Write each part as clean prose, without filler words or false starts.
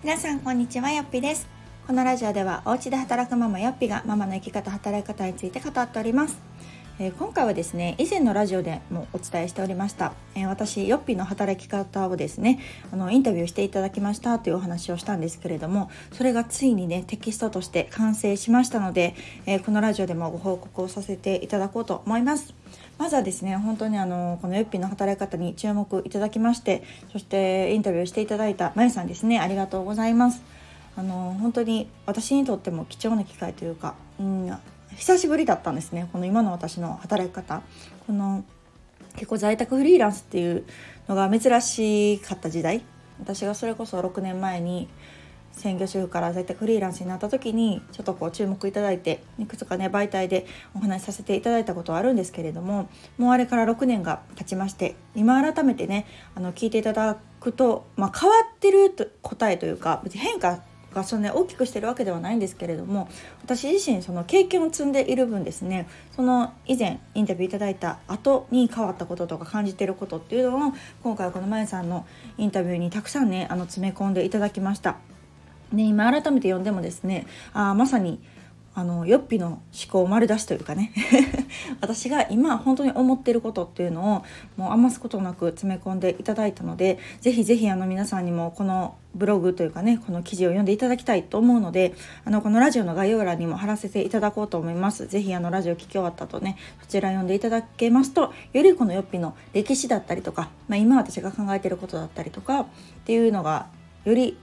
皆さんこんにちは、よっぴです。このラジオではお家で働くママよっぴがママの生き方、働き方について語っております。今回はですね、以前のラジオでもお伝えしておりました、私よっぴの働き方をですねインタビューしていただきましたというお話をしたんですけれども、それがついにねテキストとして完成しましたので、このラジオでもご報告をさせていただこうと思います。まずはですね、本当にこのよっぴの働き方に注目いただきまして、そしてインタビューしていただいたまゆさんですね、ありがとうございます。本当に私にとっても貴重な機会というか、久しぶりだったんですね。この今の私の働き方、この結構在宅フリーランスっていうのが珍しかった時代、私がそれこそ6年前に専業主婦から在宅フリーランスになった時にちょっと注目いただいて、いくつかね媒体でお話しさせていただいたことはあるんですけれども、もうあれから6年が経ちまして、今改めてね聞いていただくと、変わってると答えというか、別に変化が大きくしてるわけではないんですけれども、私自身その経験を積んでいる分ですね、その以前インタビューいただいた後に変わったこととか感じていることっていうのを、今回このまゆさんのインタビューにたくさんね詰め込んでいただきました。で、今改めて読んでもですね、まさによっぴの思考丸出しというかね私が今本当に思っていることっていうのをもう余すことなく詰め込んでいただいたので、ぜひぜひ皆さんにもこのブログというかね、この記事を読んでいただきたいと思うので、このラジオの概要欄にも貼らせていただこうと思います。ぜひラジオ聞き終わった後ね、そちら読んでいただけますと、よりこのよっぴの歴史だったりとか、今私が考えていることだったりとかっていうのがより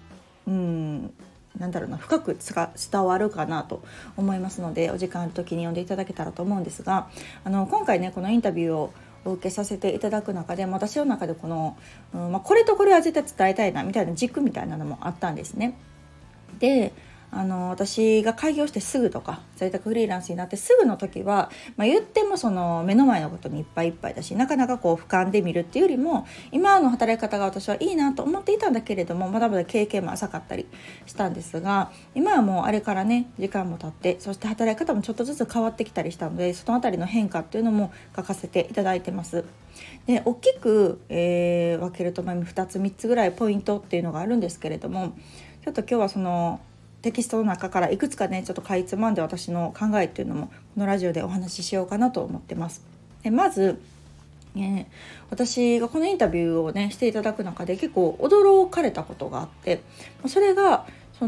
深く伝わるかなと思いますので、お時間の時に読んでいただけたらと思うんですが、今回ねこのインタビューをお受けさせていただく中で、私の中でこの、これとこれは絶対伝えたいなみたいな軸みたいなのもあったんですね。で、私が開業してすぐとか在宅フリーランスになってすぐの時は、言ってもその目の前のことにいっぱいいっぱいだし、なかなか俯瞰で見るっていうよりも、今の働き方が私はいいなと思っていたんだけれども、まだまだ経験も浅かったりしたんですが、今はもうあれからね時間も経って、そして働き方もちょっとずつ変わってきたりしたので、そのあたりの変化っていうのも書かせていただいてます。で、大きく、分けると2つ3つぐらいポイントっていうのがあるんですけれども、ちょっと今日はそのテキストの中からいくつかねちょっとかいつまんで私の考えっていうのもこのラジオでお話ししようかなと思ってます。で、まず、私がこのインタビューをねしていただく中で結構驚かれたことがあって、それが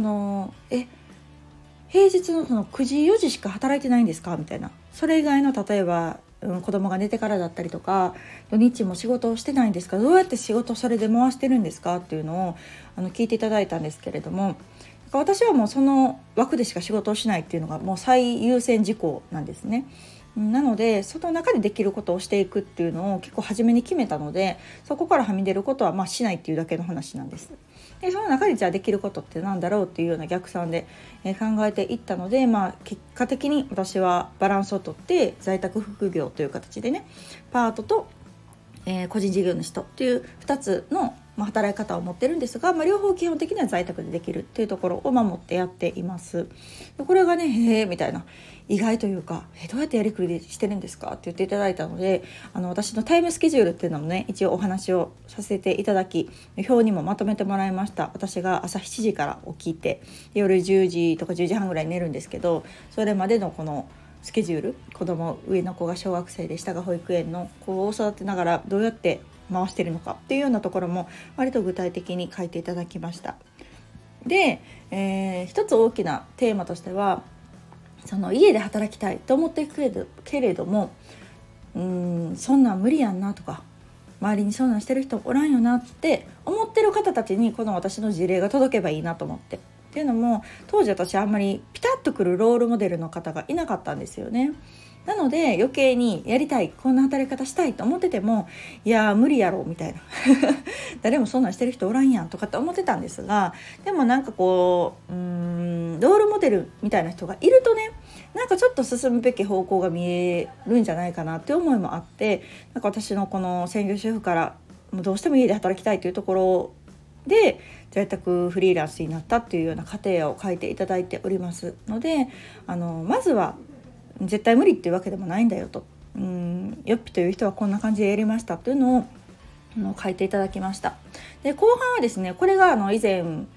平日のその9時4時しか働いてないんですかみたいな、それ以外の例えば子供が寝てからだったりとか、土日も仕事をしてないんですか、どうやって仕事それで回してるんですかっていうのを聞いていただいたんですけれども、私はもうその枠でしか仕事をしないっていうのがもう最優先事項なんですね。なのでその中でできることをしていくっていうのを結構初めに決めたので、そこからはみ出ることはしないっていうだけの話なんです。で、その中でじゃあできることってなんだろうっていうような逆算で考えていったので、結果的に私はバランスをとって在宅副業という形でね、パートと個人事業主とっていう2つの働き方を持ってるんですが、両方基本的には在宅でできるっていうところを守ってやっています。で、これがねへーみたいな、意外というか、どうやってやりくりしてるんですかって言っていただいたので、私のタイムスケジュールっていうのもね一応お話をさせていただき、表にもまとめてもらいました。私が朝7時から起きて夜10時とか10時半ぐらいに寝るんですけど、それまでのこのスケジュール、子供、上の子が小学生で下が保育園の子を育てながらどうやって回しているのかっていうようなところも割と具体的に書いていただきました。で、一つ大きなテーマとしては、その家で働きたいと思っていくけれども、そんなん無理やんなとか、周りにそんなんしてる人おらんよなって思ってる方たちにこの私の事例が届けばいいなと思って。っていうのも、当時私あんまりピタッとくるロールモデルの方がいなかったんですよね。なので余計にやりたい、こんな働き方したいと思ってても、いや無理やろみたいな誰もそんなんしてる人おらんやんとかって思ってたんですが、でもロールモデルみたいな人がいるとね、ちょっと進むべき方向が見えるんじゃないかなって思いもあって、私のこの専業主婦からもうどうしても家で働きたいというところで在宅フリーランスになったっていうような過程を書いていただいておりますので、まずは絶対無理っていうわけでもないんだよと、よっぴという人はこんな感じでやりましたというのを書いていただきました。で、後半はですね、これが以前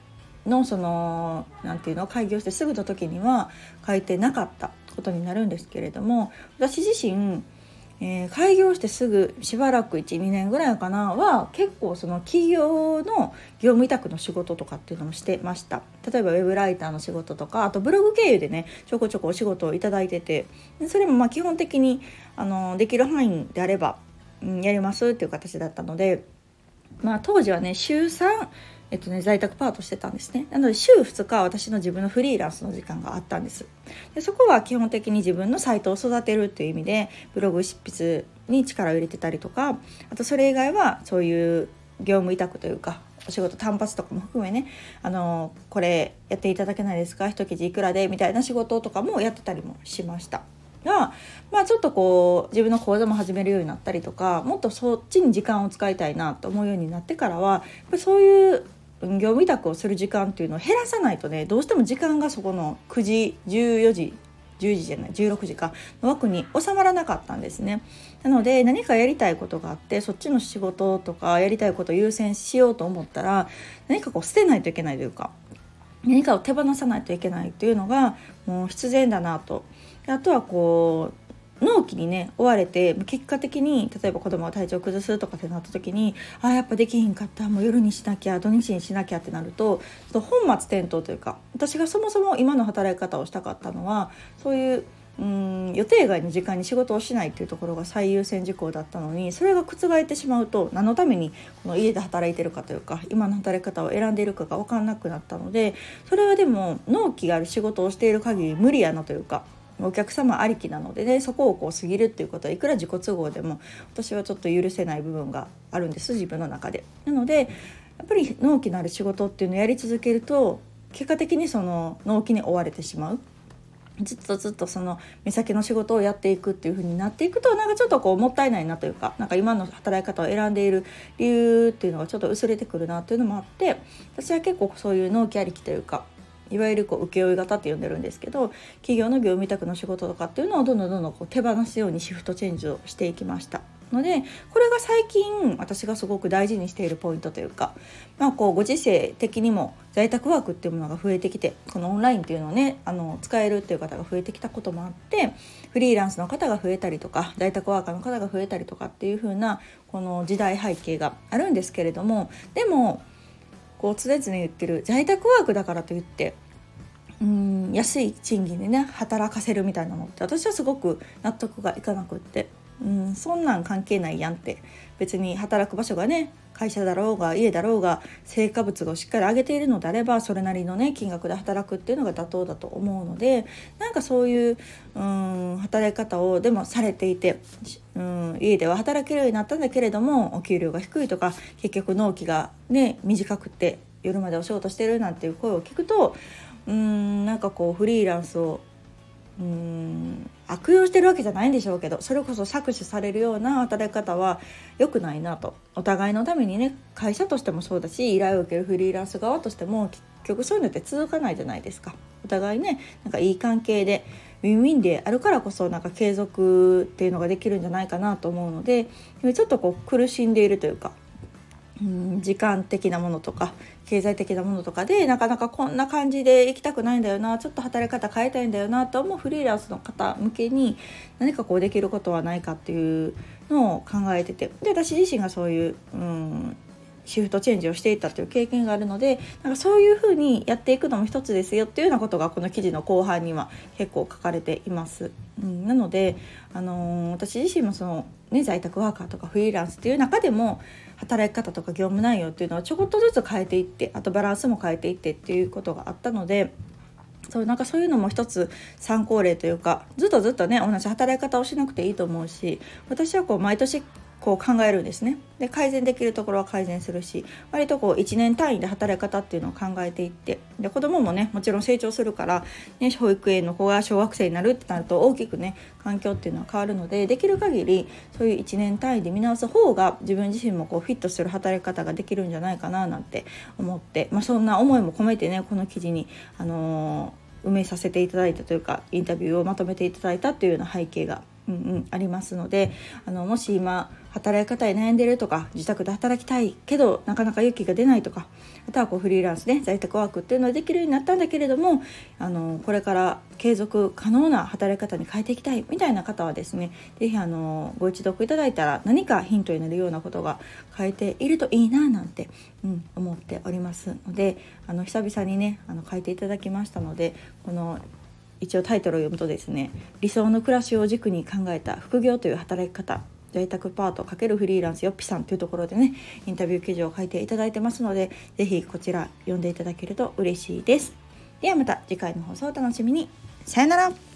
のそのなんていうの開業してすぐの時には書いてなかったことになるんですけれども、私自身、開業してすぐしばらく 1,2 年ぐらいかなは結構その企業の業務委託の仕事とかっていうのもしてました。例えばウェブライターの仕事とか、あとブログ経由でねちょこちょこお仕事をいただいてて、それもまあ基本的にできる範囲であれば、やりますっていう形だったので、まあ、当時はね週3、在宅パートしてたんですね。なので週2日は私の自分のフリーランスの時間があったんです。でそこは基本的に自分のサイトを育てるっていう意味でブログ執筆に力を入れてたりとか、あとそれ以外はそういう業務委託というかお仕事単発とかも含めね、これやっていただけないですか、一記事いくらでみたいな仕事とかもやってたりもしましたが、まあ、ちょっとこう自分の講座も始めるようになったりとか、もっとそっちに時間を使いたいなと思うようになってからは、やっぱりそういう業務委託をする時間っていうのを減らさないとね、どうしても時間がそこの9時14時10時じゃない16時かの枠に収まらなかったんですね。なので何かやりたいことがあって、そっちの仕事とかやりたいことを優先しようと思ったら、何かこう捨てないといけないというか、何かを手放さないといけないというのがもう必然だなと。あとはこう納期にね追われて、結果的に例えば子供が体調崩すとかってなった時に、やっぱできひんかった、もう夜にしなきゃ土日にしなきゃってなると、ちょっと本末転倒というか、私がそもそも今の働き方をしたかったのはそういう予定外の時間に仕事をしないっていうところが最優先事項だったのに、それが覆ってしまうと何のためにこの家で働いてるかというか、今の働き方を選んでいるかが分かんなくなったので、それはでも納期がある仕事をしている限り無理やなというか、お客様ありきなのでね、そこをこう過ぎるっていうことはいくら自己都合でも私はちょっと許せない部分があるんです、自分の中で。なのでやっぱり納期のある仕事っていうのをやり続けると、結果的にその納期に追われてしまう、ずっとその目先の仕事をやっていくっていう風になっていくと、なんかちょっとこうもったいないなというか、なんか今の働き方を選んでいる理由っていうのがちょっと薄れてくるなっていうのもあって、私は結構そういう納期ありきというか、いわゆるこう請負型って呼んでるんですけど、企業の業務委託の仕事とかっていうのをどんどんこう手放すようにシフトチェンジをしていきましたので、これが最近私がすごく大事にしているポイントというか、こうご時世的にも在宅ワークっていうものが増えてきて、このオンラインっていうのをね使えるっていう方が増えてきたこともあって、フリーランスの方が増えたりとか在宅ワーカーの方が増えたりとかっていう風なこの時代背景があるんですけれども、でもこう常々言ってる在宅ワークだからといって安い賃金でね働かせるみたいなのって私はすごく納得がいかなくって、そんなん関係ないやんって。別に働く場所がね会社だろうが家だろうが成果物をしっかり上げているのであれば、それなりのね金額で働くっていうのが妥当だと思うので、なんかそういう働き方をでもされていて、家では働けるようになったんだけれどもお給料が低いとか、結局納期がね短くて夜までお仕事してるなんていう声を聞くと、なんかこうフリーランスを悪用してるわけじゃないんでしょうけど、それこそ搾取されるような働き方は良くないなと。お互いのためにね、会社としてもそうだし、依頼を受けるフリーランス側としても結局そういうのって続かないじゃないですか。お互いねなんかいい関係でウィンウィンであるからこそ、なんか継続っていうのができるんじゃないかなと思うので、ちょっとこう苦しんでいるというか、時間的なものとか経済的なものとかでなかなかこんな感じで行きたくないんだよな、ちょっと働き方変えたいんだよなと思うフリーランスの方向けに何かこうできることはないかっていうのを考えてて、で私自身がそういう、シフトチェンジをしていったという経験があるので、なんかそういう風にやっていくのも一つですよっていうようなことがこの記事の後半には結構書かれています。なので、私自身もその、在宅ワーカーとかフリーランスっていう中でも働き方とか業務内容っていうのはちょこっとずつ変えていって、あとバランスも変えていってっていうことがあったので、なんかそういうのも一つ参考例というか、ずっとね同じ働き方をしなくていいと思うし、私はこう毎年こう考えるんですね。で改善できるところは改善するし、割とこう1年単位で働き方っていうのを考えていって、で子供もねもちろん成長するから、保育園の子が小学生になるってなると大きくね環境っていうのは変わるので、できる限りそういう1年単位で見直す方が自分自身もこうフィットする働き方ができるんじゃないかななんて思って、そんな思いも込めてねこの記事に埋めさせていただいたというか、インタビューをまとめていただいたっていうような背景がありますので、もし今働き方に悩んでるとか、自宅で働きたいけどなかなか勇気が出ないとか、あとはフリーランスで在宅ワークっていうのができるようになったんだけれども、これから継続可能な働き方に変えていきたいみたいな方はですね、ぜひご一読いただいたら何かヒントになるようなことが書いているといいななんて、思っておりますので、久々にね書いていただきましたので、この一応タイトルを読むとですね、理想の暮らしを軸に考えた副業という働き方、在宅パート×フリーランスよっぴさんというところでね、インタビュー記事を書いていただいてますので、ぜひこちら読んでいただけると嬉しいです。ではまた次回の放送をお楽しみに。さよなら。